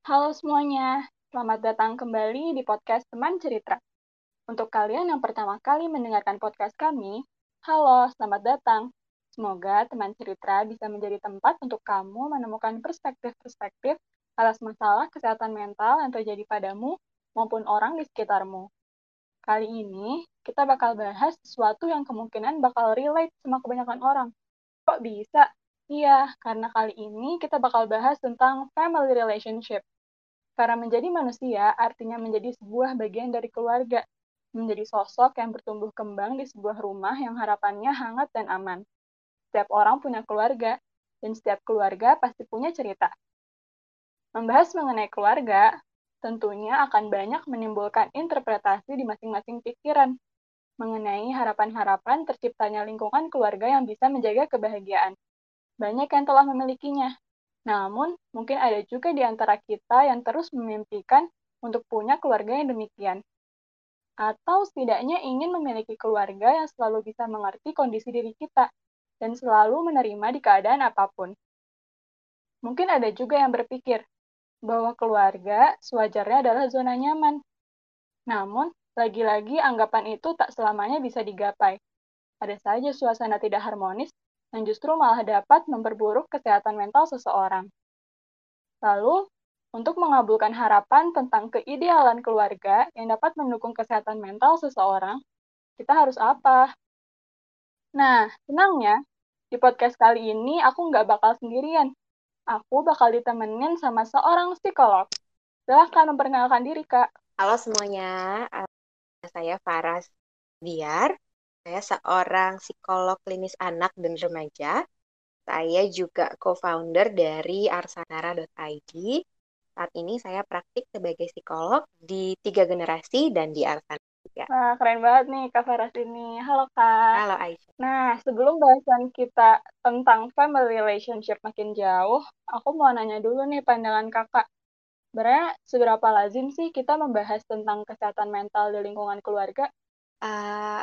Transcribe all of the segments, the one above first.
Halo semuanya, selamat datang kembali di podcast Teman Cerita. Untuk kalian yang pertama kali mendengarkan podcast kami, halo, selamat datang. Semoga Teman Cerita bisa menjadi tempat untuk kamu menemukan perspektif-perspektif atas masalah kesehatan mental yang terjadi padamu maupun orang di sekitarmu. Kali ini, kita bakal bahas sesuatu yang kemungkinan bakal relate sama kebanyakan orang. Kok bisa? Iya, karena kali ini kita bakal bahas tentang family relationship. Karena menjadi manusia artinya menjadi sebuah bagian dari keluarga, menjadi sosok yang bertumbuh kembang di sebuah rumah yang harapannya hangat dan aman. Setiap orang punya keluarga, dan setiap keluarga pasti punya cerita. Membahas mengenai keluarga, tentunya akan banyak menimbulkan interpretasi di masing-masing pikiran mengenai harapan-harapan terciptanya lingkungan keluarga yang bisa menjaga kebahagiaan. Banyak yang telah memilikinya, namun, mungkin ada juga di antara kita yang terus memimpikan untuk punya keluarga yang demikian. Atau setidaknya ingin memiliki keluarga yang selalu bisa mengerti kondisi diri kita dan selalu menerima di keadaan apapun. Mungkin ada juga yang berpikir bahwa keluarga sewajarnya adalah zona nyaman. Namun, lagi-lagi anggapan itu tak selamanya bisa digapai. Ada saja suasana tidak harmonis yang justru malah dapat memperburuk kesehatan mental seseorang. Lalu, untuk mengabulkan harapan tentang keidealan keluarga yang dapat mendukung kesehatan mental seseorang, kita harus apa? Nah, senangnya, di podcast kali ini aku nggak bakal sendirian. Aku bakal ditemenin sama seorang psikolog. Silahkan memperkenalkan diri, Kak. Halo semuanya, saya Faras Biar. Saya seorang psikolog klinis anak dan remaja. Saya juga co-founder dari arsanara.id. Saat ini saya praktik sebagai psikolog di 3 generasi dan di Arsana juga. Wah, keren banget nih Kak Faras ini. Halo, Kak. Halo Aisyah. Nah, sebelum bahasan kita tentang family relationship makin jauh, aku mau nanya dulu nih pandangan Kakak. Sebenarnya seberapa lazim sih kita membahas tentang kesehatan mental di lingkungan keluarga? Eh,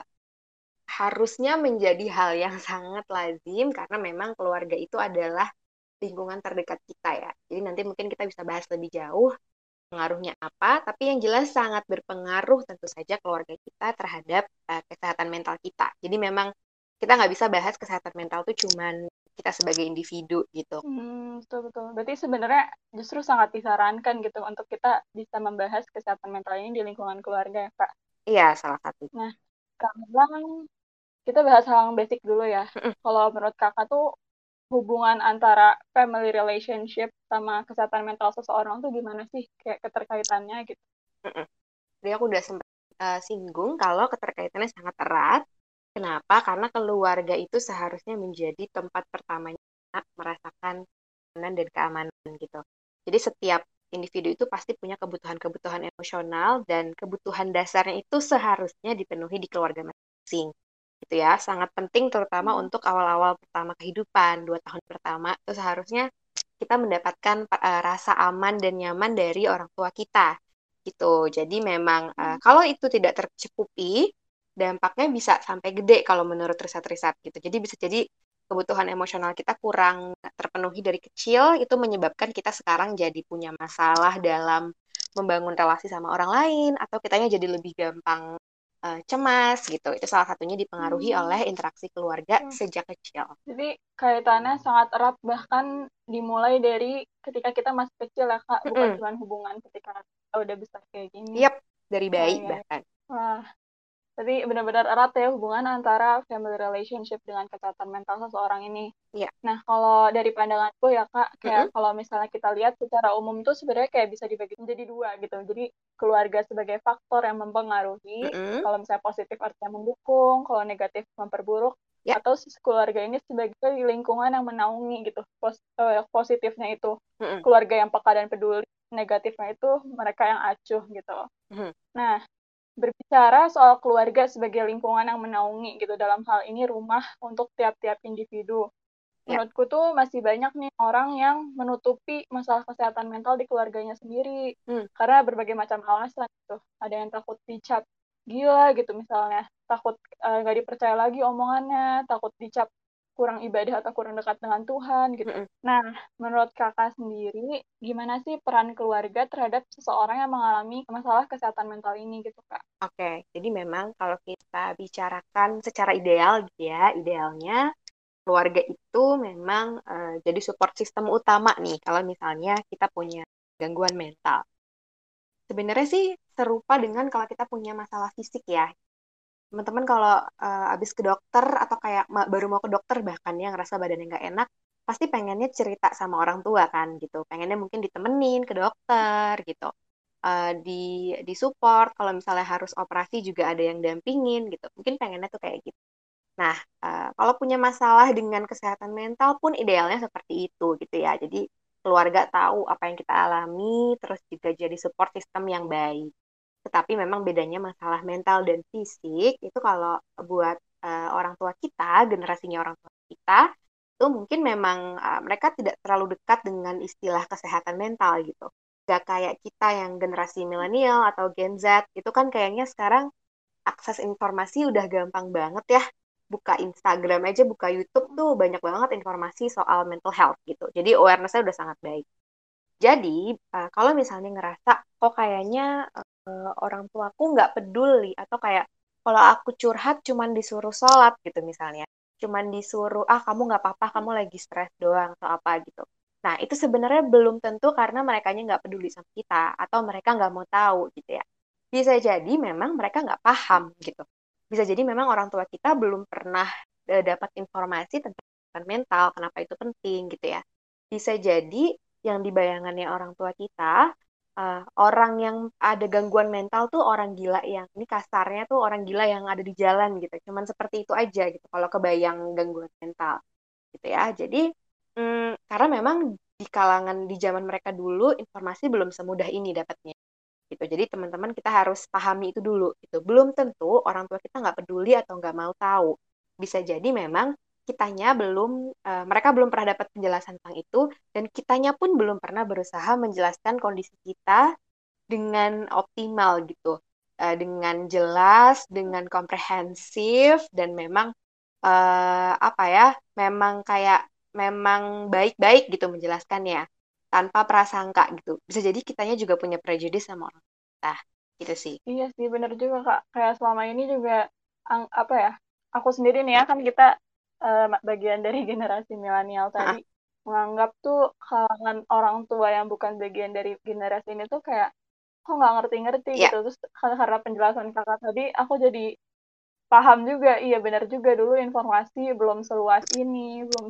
Harusnya menjadi hal yang sangat lazim karena memang keluarga itu adalah lingkungan terdekat kita ya. Jadi nanti mungkin kita bisa bahas lebih jauh pengaruhnya apa, tapi yang jelas sangat berpengaruh tentu saja keluarga kita terhadap kesehatan mental kita. Jadi memang kita nggak bisa bahas kesehatan mental tuh cuman kita sebagai individu gitu. Betul-betul. Berarti sebenarnya justru sangat disarankan gitu untuk kita bisa membahas kesehatan mental ini di lingkungan keluarga ya, Kak. Iya, salah satu. Nah, sekarang kita bahas hal yang basic dulu ya. Mm-mm, Kalau menurut Kakak tuh hubungan antara family relationship sama kesehatan mental seseorang tuh gimana sih? Kayak keterkaitannya gitu. mm-mm. Jadi aku udah sempat singgung kalau keterkaitannya sangat erat. Kenapa? Karena keluarga itu seharusnya menjadi tempat pertamanya anak merasakan kenyamanan dan keamanan gitu. Jadi setiap individu itu pasti punya kebutuhan-kebutuhan emosional dan kebutuhan dasarnya itu seharusnya dipenuhi di keluarga masing-masing. Gitu ya, sangat penting terutama Hmm. untuk awal-awal pertama kehidupan, 2 tahun pertama itu seharusnya kita mendapatkan rasa aman dan nyaman dari orang tua kita gitu. Jadi memang kalau itu tidak tercukupi, dampaknya bisa sampai gede kalau menurut riset-riset gitu. Jadi bisa jadi kebutuhan emosional kita kurang terpenuhi dari kecil, itu menyebabkan kita sekarang jadi punya masalah dalam membangun relasi sama orang lain, atau kitanya jadi lebih gampang cemas gitu. Itu salah satunya dipengaruhi oleh Hmm. interaksi keluarga Oke. sejak kecil. Jadi kaitannya sangat erat bahkan dimulai dari ketika kita masih kecil ya Kak, bukan Mm-mm. cuma hubungan ketika kita udah besar kayak gini. Yap, dari Wah, bayi iya, iya. bahkan. Wah, jadi benar-benar erat ya hubungan antara family relationship dengan kesehatan mental seseorang ini. Iya. Nah, kalau dari pandanganku ya Kak, kayak Mm-mm. kalau misalnya kita lihat secara umum tuh sebenarnya kayak bisa dibagi menjadi dua gitu. Jadi keluarga sebagai faktor yang mempengaruhi, Mm-mm. kalau misalnya positif artinya mendukung, kalau negatif memperburuk, Ya. atau keluarga ini sebagai lingkungan yang menaungi gitu. Positifnya itu Mm-mm. keluarga yang peka dan peduli, negatifnya itu mereka yang acuh gitu. Mm-mm. Nah, berbicara soal keluarga sebagai lingkungan yang menaungi gitu, dalam hal ini rumah untuk tiap-tiap individu. Ya. Menurutku tuh masih banyak nih orang yang menutupi masalah kesehatan mental di keluarganya sendiri Mm. karena berbagai macam alasan gitu. Ada yang takut dicap gila gitu misalnya, takut nggak dipercaya lagi omongannya, takut dicap kurang ibadah atau kurang dekat dengan Tuhan gitu. Mm-mm. Nah, menurut kakak sendiri, gimana sih peran keluarga terhadap seseorang yang mengalami masalah kesehatan mental ini gitu, Kak? Oke, jadi memang kalau kita bicarakan secara ideal gitu ya, idealnya keluarga itu memang jadi support system utama nih kalau misalnya kita punya gangguan mental. Sebenarnya sih serupa dengan kalau kita punya masalah fisik ya. Teman-teman kalau habis ke dokter atau kayak baru mau ke dokter bahkan ya ngerasa badannya nggak enak, pasti pengennya cerita sama orang tua kan gitu. Pengennya mungkin ditemenin ke dokter gitu. Di support kalau misalnya harus operasi juga ada yang dampingin gitu. Mungkin pengennya tuh kayak gitu. Nah, kalau punya masalah dengan kesehatan mental pun idealnya seperti itu gitu ya. Jadi keluarga tahu apa yang kita alami, terus juga jadi support system yang baik. Tetapi memang bedanya masalah mental dan fisik itu kalau buat orang tua kita, generasinya orang tua kita, itu mungkin memang mereka tidak terlalu dekat dengan istilah kesehatan mental gitu. Gak kayak kita yang generasi milenial atau Gen Z, itu kan kayaknya sekarang akses informasi udah gampang banget ya. Buka Instagram aja, buka YouTube tuh banyak banget informasi soal mental health gitu. Jadi awareness-nya udah sangat baik. Jadi, kalau misalnya ngerasa kok kayaknya orang tuaku nggak peduli atau kayak kalau aku curhat cuman disuruh sholat gitu misalnya, cuman disuruh kamu nggak apa-apa, kamu lagi stres doang atau apa gitu. Nah, itu sebenarnya belum tentu karena merekanya nggak peduli sama kita atau mereka nggak mau tahu gitu ya. Bisa jadi memang mereka nggak paham gitu. Bisa jadi memang orang tua kita belum pernah dapat informasi tentang mental, kenapa itu penting gitu ya. Bisa jadi yang dibayangannya orang tua kita, orang yang ada gangguan mental tuh orang gila yang, ini kasarnya tuh orang gila yang ada di jalan gitu. Cuman seperti itu aja gitu kalau kebayang gangguan mental gitu ya. Jadi karena memang di kalangan di zaman mereka dulu informasi belum semudah ini dapatnya gitu. Jadi teman-teman kita harus pahami itu dulu gitu. Belum tentu orang tua kita nggak peduli atau nggak mau tahu. Bisa jadi memang kitanya belum, mereka belum pernah dapat penjelasan tentang itu, dan kitanya pun belum pernah berusaha menjelaskan kondisi kita dengan optimal gitu. Dengan jelas, dengan komprehensif, dan memang apa ya, memang kayak memang baik-baik gitu menjelaskannya tanpa prasangka gitu. Bisa jadi kitanya juga punya prejudice sama orang kita gitu sih. Iya sih, bener juga, Kak. Kayak selama ini juga, apa ya, aku sendiri nih ya, kan kita bagian dari generasi milenial tadi, Heeh. menganggap tuh kalangan orang tua yang bukan bagian dari generasi ini tuh kayak, kok nggak ngerti-ngerti Ya. gitu. Terus karena penjelasan kakak tadi, aku jadi paham juga, iya benar juga dulu informasi belum seluas ini, belum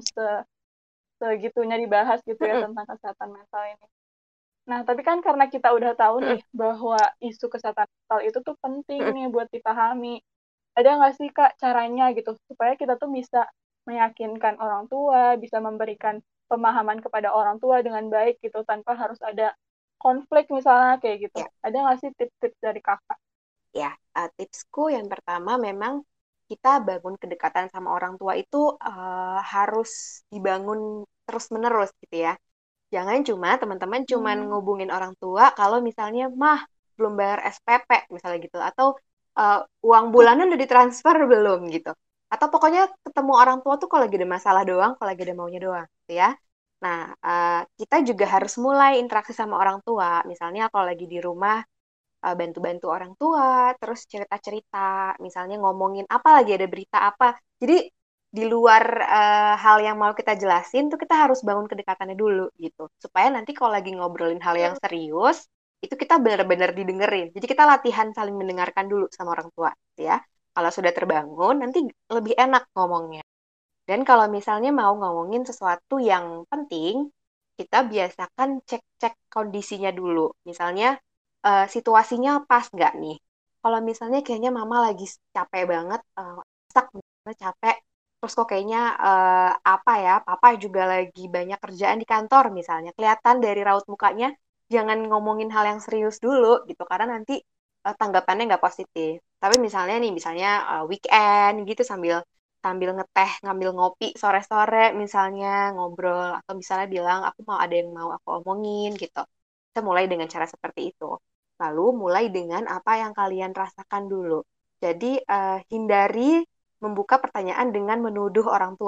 segitunya dibahas gitu ya Mm-mm. tentang kesehatan mental ini. Nah, tapi kan karena kita udah tahu nih Mm-mm. bahwa isu kesehatan mental itu tuh penting Mm-mm. nih buat dipahami. Ada nggak sih, Kak, caranya gitu supaya kita tuh bisa meyakinkan orang tua, bisa memberikan pemahaman kepada orang tua dengan baik gitu tanpa harus ada konflik misalnya kayak gitu. Ya. Ada nggak sih tips-tips dari Kakak? Ya, tipsku yang pertama memang kita bangun kedekatan sama orang tua itu harus dibangun terus-menerus gitu ya. Jangan cuma teman-teman cuman Hmm, ngubungin orang tua kalau misalnya mah belum bayar SPP misalnya gitu, atau uang bulanan udah ditransfer belum gitu. Atau pokoknya ketemu orang tua tuh kalau lagi ada masalah doang, kalau lagi ada maunya doang gitu ya. Nah, kita juga harus mulai interaksi sama orang tua. Misalnya kalau lagi di rumah, bantu-bantu orang tua, terus cerita-cerita, misalnya ngomongin apa lagi, ada berita apa. Jadi di luar hal yang mau kita jelasin tuh kita harus bangun kedekatannya dulu gitu. Supaya nanti kalau lagi ngobrolin hal yang serius, itu kita benar-benar didengerin. Jadi kita latihan saling mendengarkan dulu sama orang tua gitu ya. Kalau sudah terbangun, nanti lebih enak ngomongnya. Dan kalau misalnya mau ngomongin sesuatu yang penting, kita biasakan cek-cek kondisinya dulu. Misalnya, situasinya pas nggak nih? Kalau misalnya kayaknya mama lagi capek banget, masak misalnya capek, terus kok kayaknya apa ya, papa juga lagi banyak kerjaan di kantor misalnya, kelihatan dari raut mukanya, jangan ngomongin hal yang serius dulu gitu, karena nanti tanggapannya nggak positif. Tapi misalnya nih, misalnya weekend gitu sambil sambil ngeteh, ngambil ngopi sore-sore misalnya ngobrol atau misalnya bilang aku mau ada yang mau aku omongin gitu. Kita mulai dengan cara seperti itu. Lalu mulai dengan apa yang kalian rasakan dulu. Jadi hindari membuka pertanyaan dengan menuduh orang tua.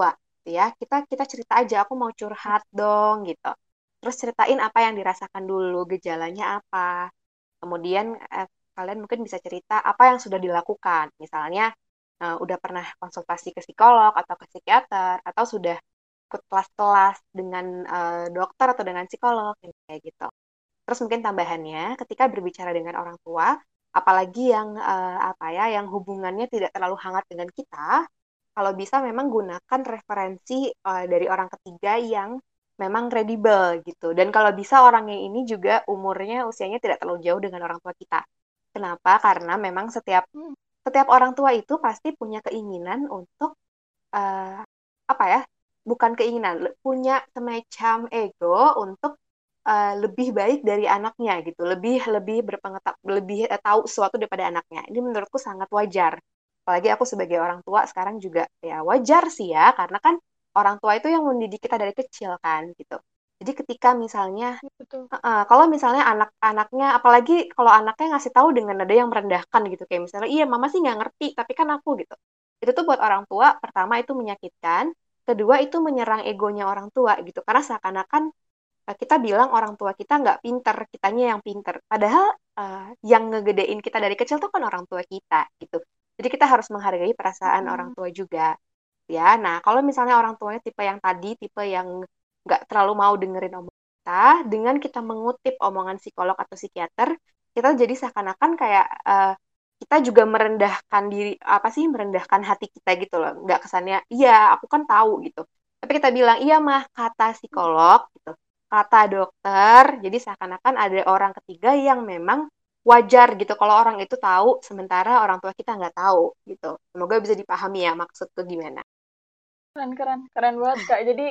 gitu ya. Kita cerita aja, aku mau curhat dong gitu. Terus ceritain apa yang dirasakan dulu, gejalanya apa. Kemudian kalian mungkin bisa cerita apa yang sudah dilakukan. Misalnya udah pernah konsultasi ke psikolog atau ke psikiater atau sudah ikut kelas-kelas dengan dokter atau dengan psikolog kayak gitu. Terus mungkin tambahannya, ketika berbicara dengan orang tua, apalagi yang apa ya, yang hubungannya tidak terlalu hangat dengan kita, kalau bisa memang gunakan referensi dari orang ketiga yang memang kredibel gitu. Dan kalau bisa orang yang ini juga umurnya, usianya tidak terlalu jauh dengan orang tua kita. Kenapa? Karena memang setiap Hmm, setiap orang tua itu pasti punya keinginan untuk eh, apa ya? Bukan keinginan, punya semacam ego untuk lebih baik dari anaknya gitu, lebih lebih berpengetahuan, lebih tahu sesuatu daripada anaknya. Ini menurutku sangat wajar. Apalagi aku sebagai orang tua sekarang juga ya wajar sih ya, karena kan orang tua itu yang mendidik kita dari kecil kan gitu. Jadi ketika misalnya betul. kalau misalnya anak-anaknya, apalagi kalau anaknya ngasih tahu dengan nada yang merendahkan gitu, kayak misalnya, iya mama sih nggak ngerti, tapi kan aku gitu. Itu tuh buat orang tua, pertama itu menyakitkan, kedua itu menyerang egonya orang tua gitu, karena seakan-akan kita bilang orang tua kita nggak pinter, kitanya yang pinter. Padahal yang ngegedein kita dari kecil tuh kan orang tua kita gitu. Jadi kita harus menghargai perasaan orang Hmm, tua juga. Ya, nah kalau misalnya orang tuanya tipe yang tadi, tipe yang nggak terlalu mau dengerin omongan kita, dengan kita mengutip omongan psikolog atau psikiater, kita jadi seakan-akan kayak kita juga merendahkan diri, apa sih, merendahkan hati kita gitu loh. Nggak kesannya, iya aku kan tahu gitu. Tapi kita bilang, iya mah kata psikolog gitu, kata dokter, jadi seakan-akan ada orang ketiga yang memang wajar gitu kalau orang itu tahu, sementara orang tua kita nggak tahu gitu. Semoga bisa dipahami ya maksudku gimana. keren, keren, keren banget, Kak. Jadi,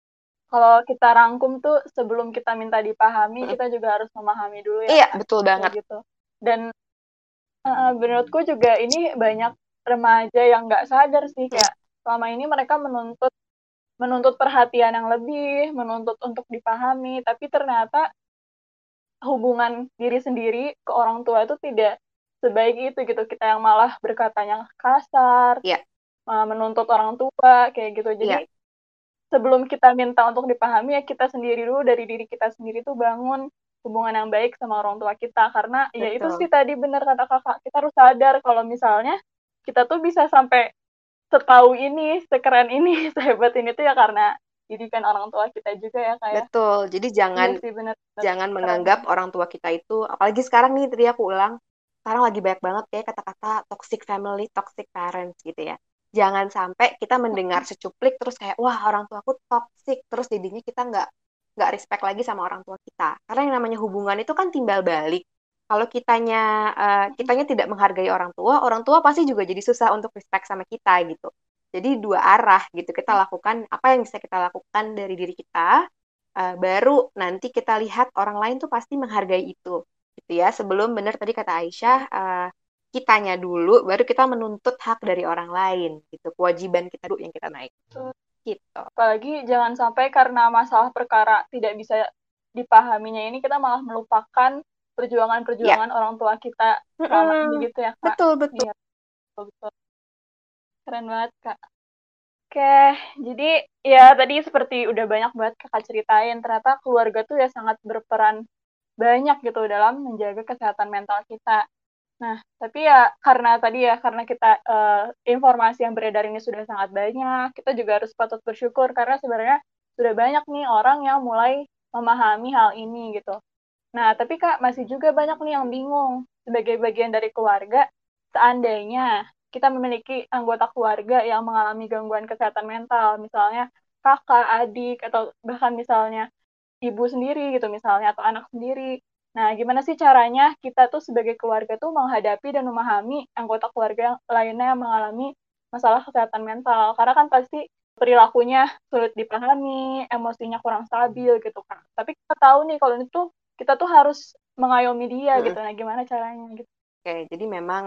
kalau kita rangkum tuh, sebelum kita minta dipahami, Mm. kita juga harus memahami dulu ya, Iya, Kak. betul Kayak banget. gitu. Dan menurutku juga ini banyak remaja yang nggak sadar sih, Mm. kayak selama ini mereka menuntut menuntut perhatian yang lebih, menuntut untuk dipahami, tapi ternyata hubungan diri sendiri ke orang tua itu tidak sebaik itu gitu. Kita yang malah berkatanya kasar, Iya, malah menuntut orang tua kayak gitu. iya, Jadi sebelum kita minta untuk dipahami ya kita sendiri dulu dari diri kita sendiri tuh bangun hubungan yang baik sama orang tua kita karena ya itu betul. sih tadi benar kata kakak kita harus sadar kalau misalnya kita tuh bisa sampai setahu ini, sekeren ini, sehebat ini tuh ya karena didikan orang tua kita juga ya kayak. Betul. Jadi Iya jangan sih benar benar jangan keren menganggap banget. orang tua kita itu, apalagi sekarang nih tadi aku ulang, sekarang lagi banyak banget kayak kata-kata toxic family, toxic parents gitu ya. Jangan sampai kita mendengar secuplik terus kayak wah orang tuaku toxic, terus jadinya kita nggak respect lagi sama orang tua kita. Karena yang namanya hubungan itu kan timbal balik. Kalau kitanya tidak menghargai orang tua pasti juga jadi susah untuk respect sama kita gitu. Jadi dua arah gitu kita lakukan apa yang bisa kita lakukan dari diri kita, baru nanti kita lihat orang lain tuh pasti menghargai itu gitu ya. Sebelum benar tadi kata Aisyah, kitanya dulu baru kita menuntut hak dari orang lain gitu, kewajiban kita dulu yang kita naik gitu. Apalagi jangan sampai karena masalah perkara tidak bisa dipahaminya ini kita malah melupakan Ya. perjuangan-perjuangan orang tua kita selama ini Mm-mm. gitu ya Kak. Betul betul. Iya, betul, betul. Keren banget Kak. Oke, jadi ya tadi seperti udah banyak banget Kakak ceritain, ternyata keluarga tuh ya sangat berperan banyak gitu dalam menjaga kesehatan mental kita. Nah, tapi ya karena tadi ya, karena kita informasi yang beredar ini sudah sangat banyak, kita juga harus patut bersyukur karena sebenarnya sudah banyak nih orang yang mulai memahami hal ini gitu. Nah, tapi Kak, masih juga banyak nih yang bingung. Sebagai bagian dari keluarga, seandainya kita memiliki anggota keluarga yang mengalami gangguan kesehatan mental, misalnya kakak, adik, atau bahkan misalnya ibu sendiri gitu misalnya, atau anak sendiri. Nah, gimana sih caranya kita tuh sebagai keluarga tuh menghadapi dan memahami anggota keluarga yang lainnya yang mengalami masalah kesehatan mental? Karena kan pasti perilakunya sulit dipahami, emosinya kurang stabil gitu kan. Tapi kita tahu nih kalau itu kita tuh harus mengayomi dia gitu. Mm-mm. Nah, gimana caranya gitu? Oke, jadi memang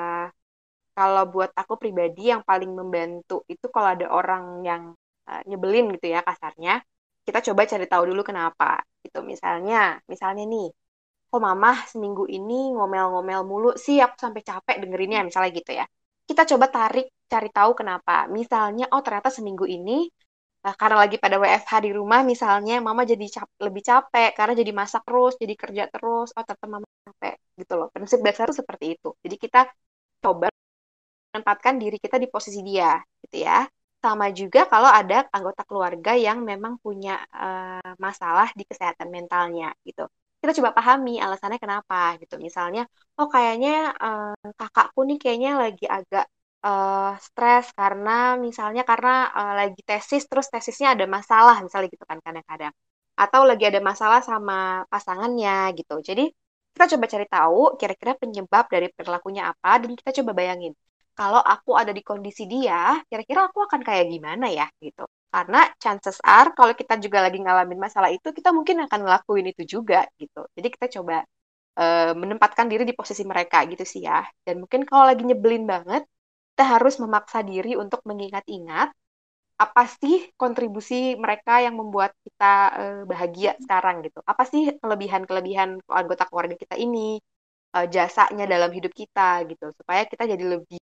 kalau buat aku pribadi yang paling membantu itu kalau ada orang yang nyebelin gitu ya kasarnya, kita coba cari tahu dulu kenapa. Gitu misalnya nih, kok mamah seminggu ini ngomel-ngomel mulu sih, aku sampai capek dengerinnya, misalnya gitu ya. Kita coba cari tahu kenapa. Misalnya, oh ternyata seminggu ini karena lagi pada WFH di rumah misalnya, mama jadi lebih capek karena jadi masak terus, jadi kerja terus, oh tetap mama capek gitu loh. Prinsip dasar itu seperti itu. Jadi kita coba menempatkan diri kita di posisi dia, gitu ya. Sama juga kalau ada anggota keluarga yang memang punya masalah di kesehatan mentalnya, gitu. Kita coba pahami alasannya kenapa, gitu. Misalnya, oh kayaknya kakakku nih kayaknya lagi agak stres karena misalnya karena lagi tesis, terus tesisnya ada masalah, misalnya gitu kan kadang-kadang. Atau lagi ada masalah sama pasangannya, gitu. Jadi, kita coba cari tahu kira-kira penyebab dari perilakunya apa, dan kita coba bayangin kalau aku ada di kondisi dia, kira-kira aku akan kayak gimana ya gitu. Karena chances are kalau kita juga lagi ngalamin masalah itu, kita mungkin akan ngelakuin itu juga gitu. Jadi kita coba menempatkan diri di posisi mereka gitu sih ya. Dan mungkin kalau lagi nyebelin banget, kita harus memaksa diri untuk mengingat-ingat apa sih kontribusi mereka yang membuat kita bahagia sekarang gitu. Apa sih kelebihan-kelebihan anggota keluarga kita ini, jasanya dalam hidup kita gitu. Supaya kita jadi lebih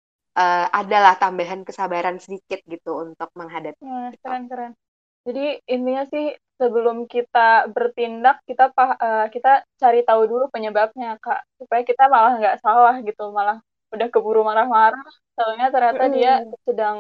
adalah tambahan kesabaran sedikit gitu untuk menghadapi Nah, itu. keren-keren. Jadi intinya sih sebelum kita bertindak kita cari tahu dulu penyebabnya Kak, supaya kita malah nggak salah gitu, malah udah keburu marah-marah, soalnya ternyata dia Mm-mm. sedang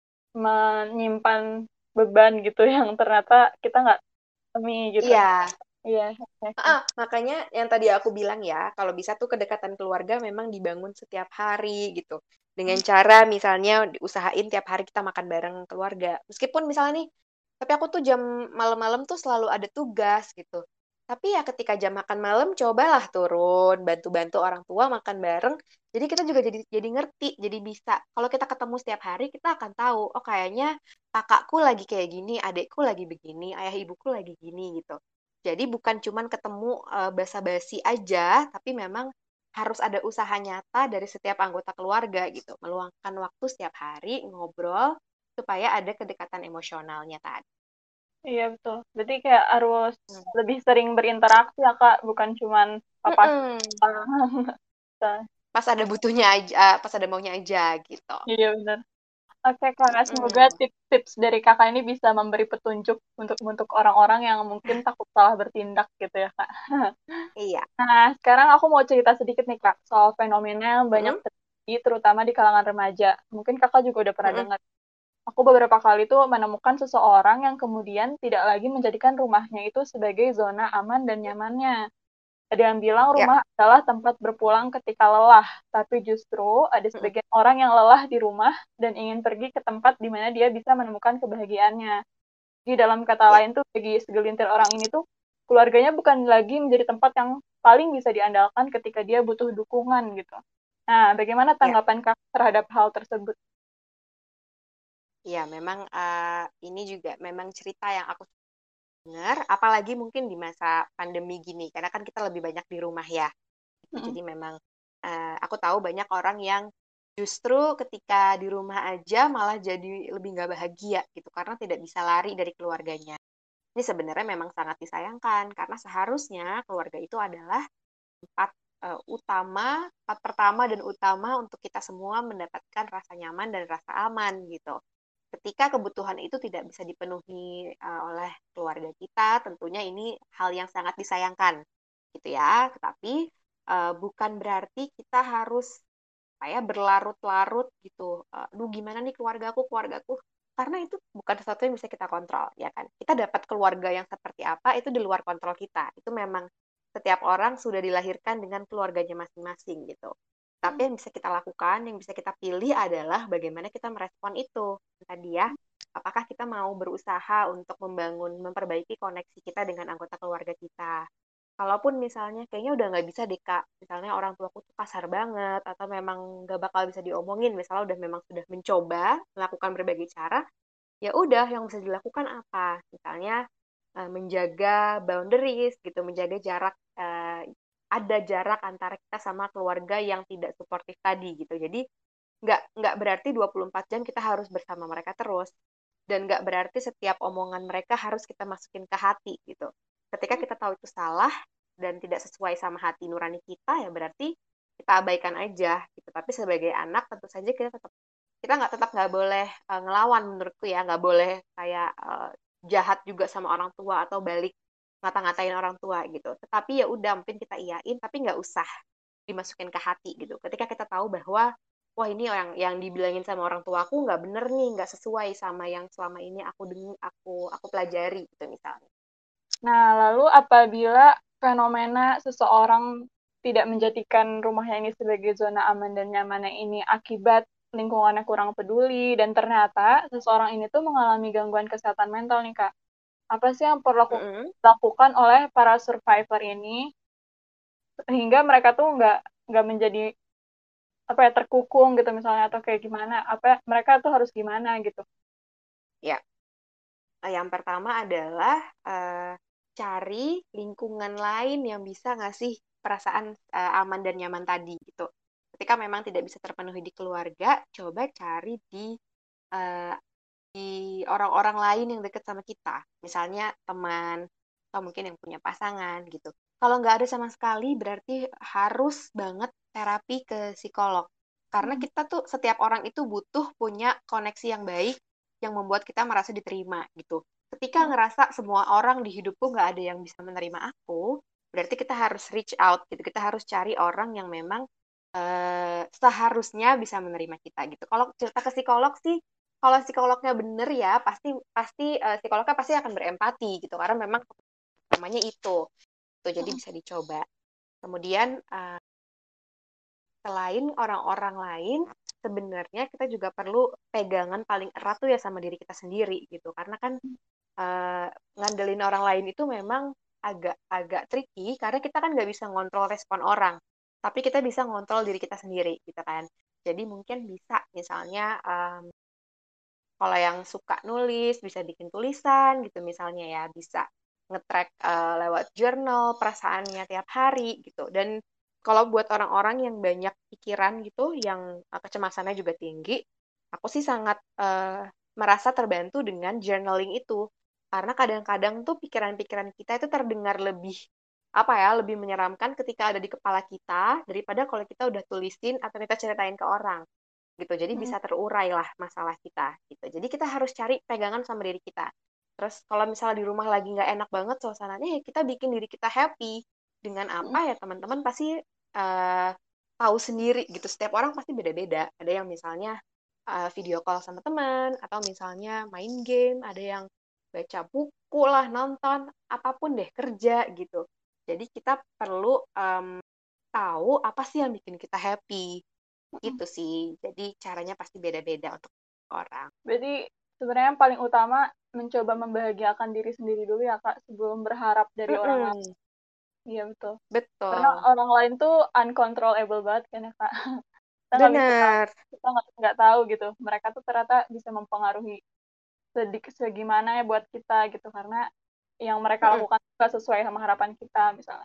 menyimpan beban gitu yang ternyata kita nggak demi gitu. Iya. Iya, oke, oke. Makanya yang tadi aku bilang ya, kalau bisa tuh kedekatan keluarga memang dibangun setiap hari gitu. Dengan cara misalnya diusahain tiap hari kita makan bareng keluarga. Meskipun misalnya nih, tapi aku tuh jam malam-malam tuh selalu ada tugas gitu. Tapi ya ketika jam makan malam, cobalah turun, bantu-bantu orang tua makan bareng. Jadi kita juga jadi ngerti, jadi bisa. Kalau kita ketemu setiap hari, kita akan tahu, oh kayaknya kakakku lagi kayak gini, adekku lagi begini, ayah ibuku lagi gini gitu. Jadi bukan cuman ketemu basa-basi aja, tapi memang harus ada usaha nyata dari setiap anggota keluarga gitu. Meluangkan waktu setiap hari ngobrol supaya ada kedekatan emosionalnya tadi. Iya betul. Berarti kayak harus Hmm. lebih sering berinteraksi ya Kak, bukan cuman apa. Mm-mm. Pas ada butuhnya aja, pas ada maunya aja gitu. Iya benar. Oke Kak, semoga Mm-mm. tips-tips dari Kakak ini bisa memberi petunjuk untuk orang-orang yang mungkin takut salah bertindak gitu ya Kak. Iya. Nah, sekarang aku mau cerita sedikit nih Kak, soal fenomena yang banyak Mm-mm. terjadi terutama di kalangan remaja. Mungkin Kakak juga udah pernah Mm-mm. dengar. Aku beberapa kali tuh menemukan seseorang yang kemudian tidak lagi menjadikan rumahnya itu sebagai zona aman dan nyamannya. Ada yang bilang Ya. rumah adalah tempat berpulang ketika lelah, tapi justru ada Mm-mm. sebagian orang yang lelah di rumah dan ingin pergi ke tempat di mana dia bisa menemukan kebahagiaannya. Jadi dalam kata Ya. lain tuh bagi segelintir orang ini tuh keluarganya bukan lagi menjadi tempat yang paling bisa diandalkan ketika dia butuh dukungan gitu. Nah, bagaimana Ya. tanggapan Kak terhadap hal tersebut? Ya, memang ini juga memang cerita yang aku dengar, apalagi mungkin di masa pandemi gini, karena kan kita lebih banyak di rumah ya. Gitu. Mm-mm. Jadi memang aku tahu banyak orang yang justru ketika di rumah aja malah jadi lebih nggak bahagia gitu, karena tidak bisa lari dari keluarganya. Ini sebenarnya memang sangat disayangkan, karena seharusnya keluarga itu adalah tempat tempat pertama dan utama untuk kita semua mendapatkan rasa nyaman dan rasa aman gitu. Ketika kebutuhan itu tidak bisa dipenuhi oleh keluarga kita, tentunya ini hal yang sangat disayangkan, gitu ya. Tetapi bukan berarti kita harus kayak berlarut-larut gitu. Duh gimana nih keluargaku, keluargaku. Karena itu bukan sesuatu yang bisa kita kontrol, ya kan. Kita dapat keluarga yang seperti apa, itu di luar kontrol kita. Itu memang setiap orang sudah dilahirkan dengan keluarganya masing-masing gitu. Tapi yang bisa kita lakukan, yang bisa kita pilih adalah bagaimana kita merespon itu. Tadi ya, apakah kita mau berusaha untuk memperbaiki koneksi kita dengan anggota keluarga kita. Kalaupun misalnya kayaknya udah nggak bisa deh Kak, misalnya orang tuaku tuh kasar banget, atau memang nggak bakal bisa diomongin, misalnya udah memang sudah mencoba melakukan berbagai cara, ya udah yang bisa dilakukan apa? Misalnya menjaga boundaries gitu, menjaga jarak, ada jarak antara kita sama keluarga yang tidak suportif tadi gitu. Jadi nggak berarti 24 jam kita harus bersama mereka terus, dan nggak berarti setiap omongan mereka harus kita masukin ke hati gitu. Ketika kita tahu itu salah dan tidak sesuai sama hati nurani kita, ya berarti kita abaikan aja gitu. Tapi sebagai anak tentu saja kita tetap kita tetap nggak boleh ngelawan menurutku ya, nggak boleh kayak jahat juga sama orang tua atau balik ngata-ngatain orang tua gitu. Tetapi ya udah mungkin kita iyain, tapi nggak usah dimasukin ke hati gitu. Ketika kita tahu bahwa wah ini yang dibilangin sama orang tua aku nggak bener nih, nggak sesuai sama yang selama ini aku pelajari gitu misalnya. Nah, lalu apabila fenomena seseorang tidak menjadikan rumahnya ini sebagai zona aman dan nyamannya ini akibat lingkungannya kurang peduli dan ternyata seseorang ini tuh mengalami gangguan kesehatan mental nih Kak. Apa sih yang perlu Mm-mm. dilakukan oleh para survivor ini sehingga mereka tuh nggak menjadi apa ya terkukung gitu misalnya atau kayak gimana apa mereka tuh harus gimana gitu. Ya, yang pertama adalah cari lingkungan lain yang bisa ngasih perasaan aman dan nyaman tadi gitu. Ketika memang tidak bisa terpenuhi di keluarga, coba cari eh, di orang-orang lain yang dekat sama kita. Misalnya teman, atau mungkin yang punya pasangan gitu. Kalau nggak ada sama sekali, berarti harus banget terapi ke psikolog. Karena kita tuh, setiap orang itu butuh punya koneksi yang baik, yang membuat kita merasa diterima gitu. Ketika ngerasa semua orang di hidupku nggak ada yang bisa menerima aku, berarti kita harus reach out gitu. Kita harus cari orang yang memang seharusnya bisa menerima kita gitu. Kalau cerita ke psikolog sih, kalau psikolognya bener ya pasti pasti psikolognya pasti akan berempati gitu karena memang namanya itu tuh jadi bisa dicoba. Kemudian selain orang-orang lain, sebenarnya kita juga perlu pegangan paling erat tuh ya sama diri kita sendiri gitu karena kan uh, ngandelin orang lain itu memang agak tricky karena kita kan nggak bisa ngontrol respon orang, tapi kita bisa ngontrol diri kita sendiri gitu kan. Jadi mungkin bisa misalnya kalau yang suka nulis bisa bikin tulisan gitu misalnya ya, bisa nge-track lewat jurnal perasaannya tiap hari gitu. Dan kalau buat orang-orang yang banyak pikiran gitu, yang kecemasannya juga tinggi, aku sih sangat merasa terbantu dengan journaling itu. Karena kadang-kadang tuh pikiran-pikiran kita itu terdengar lebih apa ya, lebih menyeramkan ketika ada di kepala kita daripada kalau kita udah tulisin atau kita ceritain ke orang gitu. Jadi bisa terurai lah masalah kita gitu. Jadi kita harus cari pegangan sama diri kita. Terus kalau misalnya di rumah lagi nggak enak banget suasananya, ya kita bikin diri kita happy. Dengan apa ya teman-teman pasti tahu sendiri gitu. Setiap orang pasti beda-beda. Ada yang misalnya video call sama teman, atau misalnya main game, ada yang baca buku lah, nonton, apapun deh, kerja gitu. Jadi kita perlu tahu apa sih yang bikin kita happy. Itu sih. Jadi caranya pasti beda-beda untuk orang. Berarti sebenarnya yang paling utama mencoba membahagiakan diri sendiri dulu ya Kak sebelum berharap dari orang lain. Mm-mm. Iya betul. Karena Betul. orang lain tuh uncontrollable banget kan ya Kak. Kita nggak bisa tahu, Benar. kita nggak tahu gitu. Mereka tuh ternyata bisa mempengaruhi segimana ya buat kita gitu karena yang mereka Mm-mm. lakukan nggak sesuai sama harapan kita misalnya.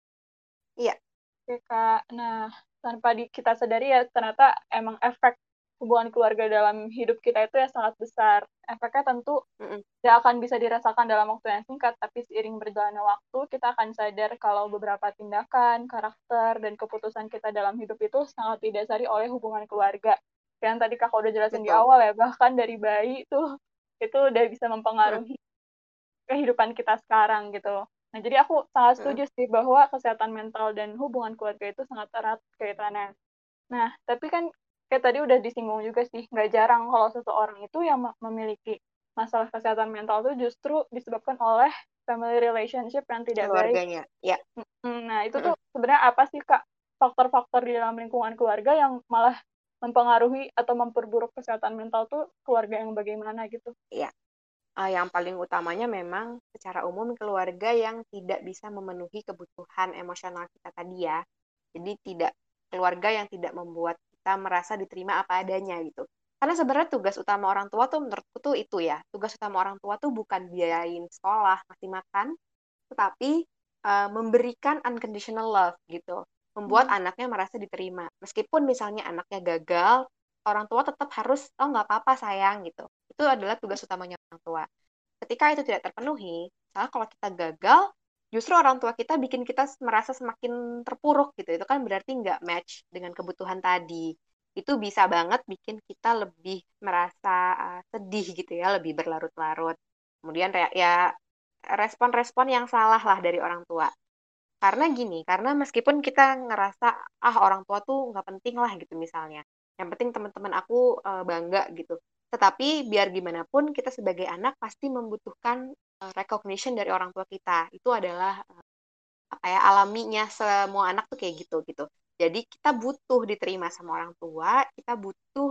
Iya, Oke, Kak. Nah, tanpa kita sadari ya, ternyata emang efek hubungan keluarga dalam hidup kita itu ya sangat besar. Efeknya tentu mm-mm. tidak akan bisa dirasakan dalam waktu yang singkat, tapi seiring berjalannya waktu, kita akan sadar kalau beberapa tindakan, karakter, dan keputusan kita dalam hidup itu sangat didasari oleh hubungan keluarga. Yang tadi Kakak udah jelasin di Betul. awal ya, bahkan dari bayi itu udah bisa Mm-mm. mempengaruhi kehidupan kita sekarang gitu. Nah, jadi aku sangat Mm-mm. setuju sih bahwa kesehatan mental dan hubungan keluarga itu sangat erat kaitannya. Nah, tapi kan kayak tadi udah disinggung juga sih, nggak jarang kalau seseorang itu yang memiliki masalah kesehatan mental itu justru disebabkan oleh family relationship yang tidak baik. Keluarganya. Ya. Nah, itu tuh Mm-mm. sebenarnya apa sih, Kak, faktor-faktor di dalam lingkungan keluarga yang malah mempengaruhi atau memperburuk kesehatan mental tuh keluarga yang bagaimana gitu? Ya. Yang paling utamanya memang secara umum keluarga yang tidak bisa memenuhi kebutuhan emosional kita tadi ya. Jadi tidak keluarga yang tidak membuat kita merasa diterima apa adanya gitu. Karena sebenarnya tugas utama orang tua tuh menurutku tuh itu ya. Tugas utama orang tua tuh bukan biayain sekolah, ngasih makan, tetapi memberikan unconditional love gitu. Membuat Hmm. anaknya merasa diterima. Meskipun misalnya anaknya gagal, orang tua tetap harus, oh nggak apa-apa sayang gitu. Itu adalah tugas utamanya orang tua. Ketika itu tidak terpenuhi, misalnya kalau kita gagal, justru orang tua kita bikin kita merasa semakin terpuruk gitu. Itu kan berarti nggak match dengan kebutuhan tadi. itu bisa banget bikin kita lebih merasa sedih gitu ya, lebih berlarut-larut. Kemudian ya respon-respon yang salah lah dari orang tua. Karena gini, karena meskipun kita ngerasa, orang tua tuh nggak penting lah gitu misalnya. Yang penting teman-teman aku bangga gitu. Tetapi biar gimana pun kita sebagai anak pasti membutuhkan recognition dari orang tua kita. Itu adalah apa ya, alaminya semua anak tuh kayak gitu gitu. Jadi kita butuh diterima sama orang tua, kita butuh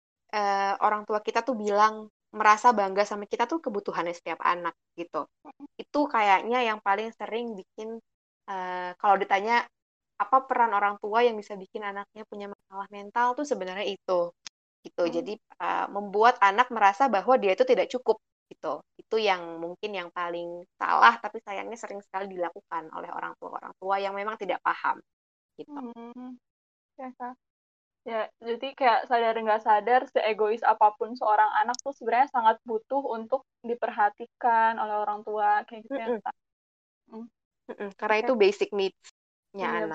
orang tua kita tuh bilang merasa bangga sama kita tuh kebutuhannya setiap anak gitu. Itu kayaknya yang paling sering bikin kalau ditanya apa peran orang tua yang bisa bikin anaknya punya masalah mental tuh sebenarnya itu gitu. Hmm. Jadi membuat anak merasa bahwa dia itu tidak cukup gitu. Itu yang mungkin yang paling salah tapi sayangnya sering sekali dilakukan oleh orang tua yang memang tidak paham gitu. Hmm. Ya, Kak. Ya, jadi kayak sadar nggak sadar, seegois apapun seorang anak tuh sebenarnya sangat butuh untuk diperhatikan oleh orang tua, kayak gitu ya, Mm-mm, Kak. Hmm. mm-mm. Karena Oke. itu basic needs-nya Iya. anak.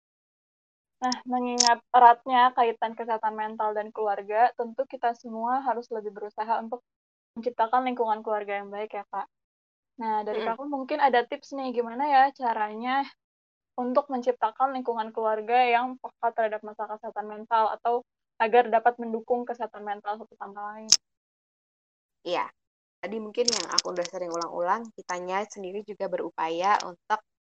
Nah, mengingat eratnya kaitan kesehatan mental dan keluarga, tentu kita semua harus lebih berusaha untuk menciptakan lingkungan keluarga yang baik ya, Kak. Nah, dari Mm-mm. Kakak mungkin ada tips nih, gimana ya caranya untuk menciptakan lingkungan keluarga yang peka terhadap masalah kesehatan mental atau agar dapat mendukung kesehatan mental satu sama lain. Iya, tadi mungkin yang aku udah sering ulang-ulang, kitanya sendiri juga berupaya untuk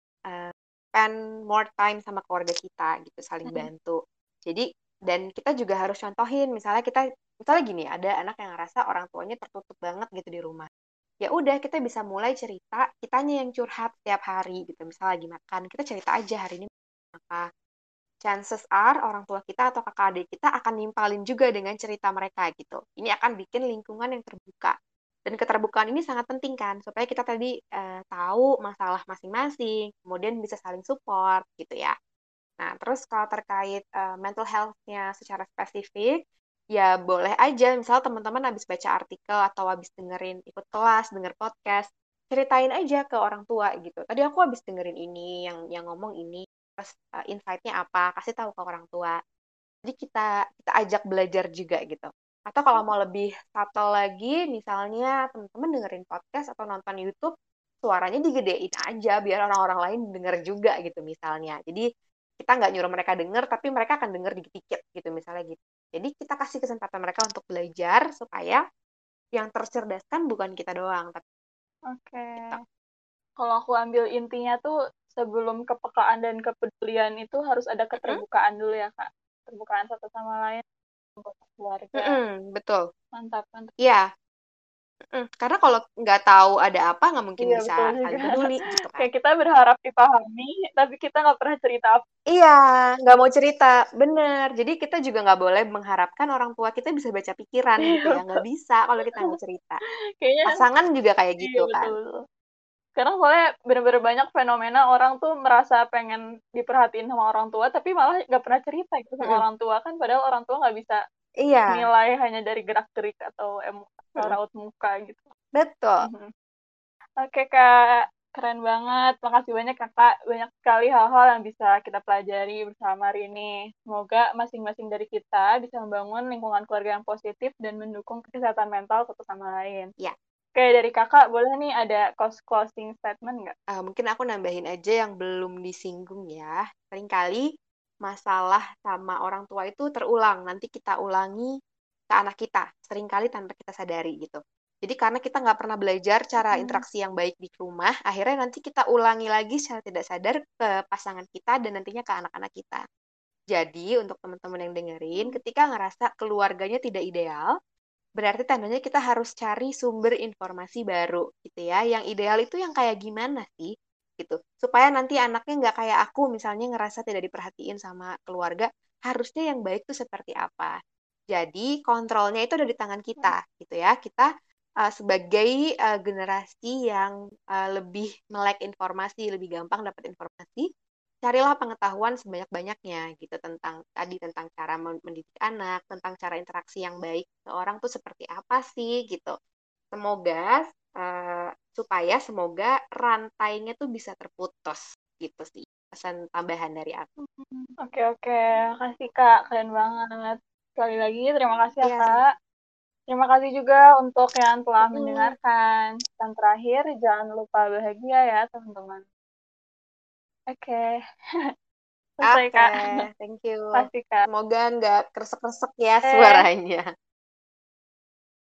spend more time sama keluarga kita gitu, saling Mm-mm. bantu. Jadi dan kita juga harus contohin, misalnya gini, ada anak yang ngerasa orang tuanya tertutup banget gitu di rumah. Ya udah kita bisa mulai cerita, kitanya yang curhat setiap hari gitu. Misalnya lagi makan, kita cerita aja hari ini apa. Chances are orang tua kita atau kakak adik kita akan nimpalin juga dengan cerita mereka gitu. Ini akan bikin lingkungan yang terbuka. Dan keterbukaan ini sangat penting kan, supaya kita tadi tahu masalah masing-masing, kemudian bisa saling support gitu ya. Nah, terus kalau terkait mental health-nya secara spesifik, ya boleh aja, misal teman-teman habis baca artikel atau habis dengerin ikut kelas, denger podcast, ceritain aja ke orang tua gitu. Tadi aku habis dengerin ini, yang ngomong ini, terus insight-nya apa, kasih tahu ke orang tua. Jadi kita ajak belajar juga gitu. Atau kalau mau lebih subtle lagi, misalnya teman-teman dengerin podcast atau nonton YouTube, suaranya digedein aja biar orang-orang lain denger juga gitu misalnya. Jadi kita nggak nyuruh mereka denger, tapi mereka akan denger dikit-dikit gitu misalnya gitu. Jadi kita kasih kesempatan mereka untuk belajar supaya yang tercerdaskan bukan kita doang, tapi Oke. kita. Kalau aku ambil intinya tuh sebelum kepekaan dan kepedulian itu harus ada Mm-mm, keterbukaan dulu ya, Kak. Keterbukaan satu sama lain untuk keluarga. mm-mm, betul. Mantap, mantap. Iya, karena kalau nggak tahu ada apa, nggak mungkin Iya, bisa betul juga. saling peduli gitu kan. Kayak kita berharap dipahami, tapi kita nggak pernah cerita apa. Iya, nggak mau cerita, bener. Jadi kita juga nggak boleh mengharapkan orang tua kita bisa baca pikiran gitu ya, Iya, nggak bisa kalau kita nggak cerita. kayaknya Pasangan juga kayak iya gitu kan. betul betul. Sekarang soalnya bener-bener banyak fenomena orang tuh merasa pengen diperhatiin sama orang tua, tapi malah nggak pernah cerita gitu sama Mm-mm. orang tua kan, padahal orang tua nggak bisa Iya, nilai hanya dari gerak-gerik atau mm-mm. raut muka gitu. Betul. Mhm. Oke Kak, keren banget. Makasih banyak Kakak. Banyak sekali hal-hal yang bisa kita pelajari bersama hari ini. Semoga masing-masing dari kita bisa membangun lingkungan keluarga yang positif dan mendukung kesehatan mental satu sama lain. Ya, Oke, dari Kakak boleh nih ada closing statement nggak? mungkin aku nambahin aja yang belum disinggung ya. Seringkali masalah sama orang tua itu terulang. Nanti kita ulangi ke anak kita. Seringkali tanpa kita sadari gitu. Jadi karena kita nggak pernah belajar cara Hmm. interaksi yang baik di rumah, akhirnya nanti kita ulangi lagi secara tidak sadar ke pasangan kita dan nantinya ke anak-anak kita. Jadi untuk teman-teman yang dengerin, ketika ngerasa keluarganya tidak ideal, berarti tandanya kita harus cari sumber informasi baru gitu ya. Yang ideal itu yang kayak gimana sih? Gitu. Supaya nanti anaknya nggak kayak aku misalnya ngerasa tidak diperhatiin sama keluarga, harusnya yang baik itu seperti apa. Jadi kontrolnya itu ada di tangan kita gitu ya. Kita sebagai generasi yang lebih melek informasi, lebih gampang dapat informasi, carilah pengetahuan sebanyak-banyaknya gitu tentang cara mendidik anak, tentang cara interaksi yang baik seorang tuh seperti apa sih gitu. Semoga eh, semoga rantainya tuh bisa terputus gitu sih. Pesan tambahan dari aku. Oke, oke. Makasih Kak, keren banget. Sekali lagi, terima kasih ya, Iya, Kak. Terima kasih juga untuk yang telah mm-mm. mendengarkan. Dan terakhir, jangan lupa bahagia ya, teman-teman. Oke, selesai, Oke, Kak. thank you. Pasti, Kak. Semoga nggak kresek-kresek ya Oke. suaranya.